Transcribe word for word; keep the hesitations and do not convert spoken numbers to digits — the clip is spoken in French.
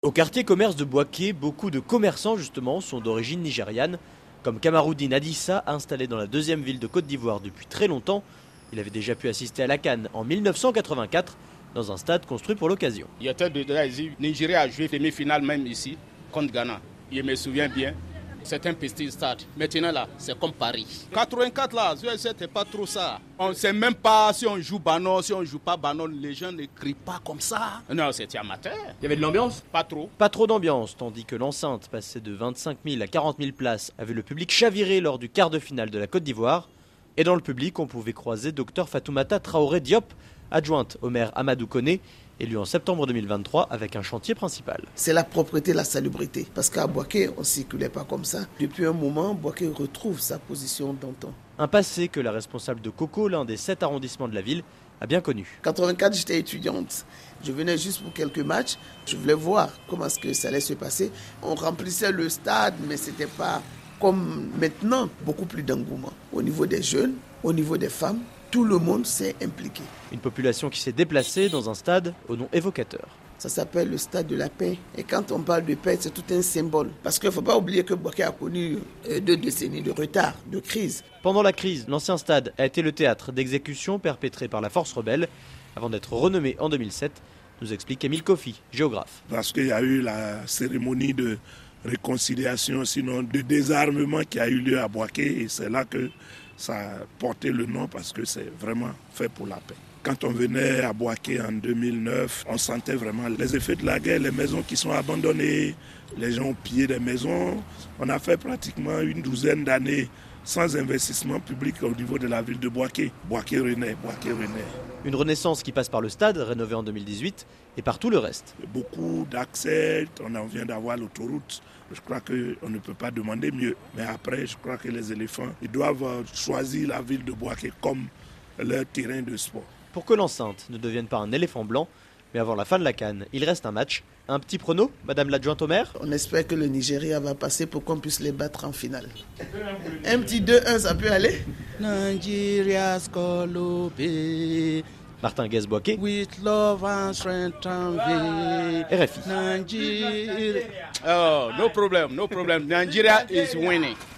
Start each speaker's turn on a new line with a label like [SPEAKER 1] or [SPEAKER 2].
[SPEAKER 1] Au quartier commerce de Bouaké, beaucoup de commerçants justement sont d'origine nigériane, comme Kamaroudine Adissa, installé dans la deuxième ville de Côte d'Ivoire depuis très longtemps. Il avait déjà pu assister à la CAN en mille neuf cent quatre-vingt-quatre dans un stade construit pour l'occasion.
[SPEAKER 2] Il était de Nigeria, Nigeria a joué demi-finale même ici contre Ghana. Je me souviens bien. C'est un petit stade. Maintenant là, c'est comme Paris. quatre-vingt-quatre là, c'était pas trop ça. On ne sait même pas si on joue Banon, si on joue pas Banon. Les gens ne crient pas comme ça. Non, c'était amateur.
[SPEAKER 3] Il y avait de l'ambiance ?
[SPEAKER 2] Pas trop.
[SPEAKER 1] Pas trop d'ambiance, tandis que l'enceinte, passée de vingt-cinq mille à quarante mille places, avait le public chaviré lors du quart de finale de la Côte d'Ivoire. Et dans le public, on pouvait croiser Dr Fatoumata Traoré Diop, adjointe au maire Amadou Koné, élu en septembre deux mille vingt-trois avec un chantier principal.
[SPEAKER 4] C'est la propreté, la salubrité. Parce qu'à Bouaké, on ne circulait pas comme ça. Depuis un moment, Bouaké retrouve sa position d'antan.
[SPEAKER 1] Un passé que la responsable de Coco, l'un des sept arrondissements de la ville, a bien connu.
[SPEAKER 4] En quatre-vingt-quatre, j'étais étudiante. Je venais juste pour quelques matchs. Je voulais voir comment est-ce que ça allait se passer. On remplissait le stade, mais ce n'était pas comme maintenant. Beaucoup plus d'engouement. Au niveau des jeunes, au niveau des femmes, tout le monde s'est impliqué.
[SPEAKER 1] Une population qui s'est déplacée dans un stade au nom évocateur.
[SPEAKER 4] Ça s'appelle le stade de la paix. Et quand on parle de paix, c'est tout un symbole. Parce qu'il ne faut pas oublier que Bouaké a connu deux décennies de retard, de crise.
[SPEAKER 1] Pendant la crise, l'ancien stade a été le théâtre d'exécutions perpétrées par la force rebelle, avant d'être renommé en deux mille sept, nous explique Émile Kofi, géographe.
[SPEAKER 5] Parce qu'il y a eu la cérémonie de réconciliation, sinon de désarmement qui a eu lieu à Bouaké. Et c'est là que ça a porté le nom parce que c'est vraiment fait pour la paix. Quand on venait à Bouaké en deux mille neuf, on sentait vraiment les effets de la guerre, les maisons qui sont abandonnées, les gens ont pillé des maisons. On a fait pratiquement une douzaine d'années sans investissement public au niveau de la ville de Bouaké. Bouaké renaît, Bouaké renaît.
[SPEAKER 1] Une renaissance qui passe par le stade, rénové en deux mille dix-huit, et par tout le reste.
[SPEAKER 5] Beaucoup d'accès, on en vient d'avoir l'autoroute. Je crois qu'on ne peut pas demander mieux. Mais après, je crois que les éléphants, ils doivent choisir la ville de Bouaké comme leur terrain de sport.
[SPEAKER 1] Pour que l'enceinte ne devienne pas un éléphant blanc, mais avant la fin de la CAN, il reste un match. Un petit prono, Madame l'adjointe au maire ?
[SPEAKER 4] On espère que le Nigeria va passer pour qu'on puisse les battre en finale. Un petit deux un, ça peut aller ?
[SPEAKER 2] Nigeria Scolopé.
[SPEAKER 1] Martin Guez-Bouaké.
[SPEAKER 2] With love and strength and
[SPEAKER 1] R F I.
[SPEAKER 2] Nigeria. Oh, no problem, no problem. Nigeria is winning.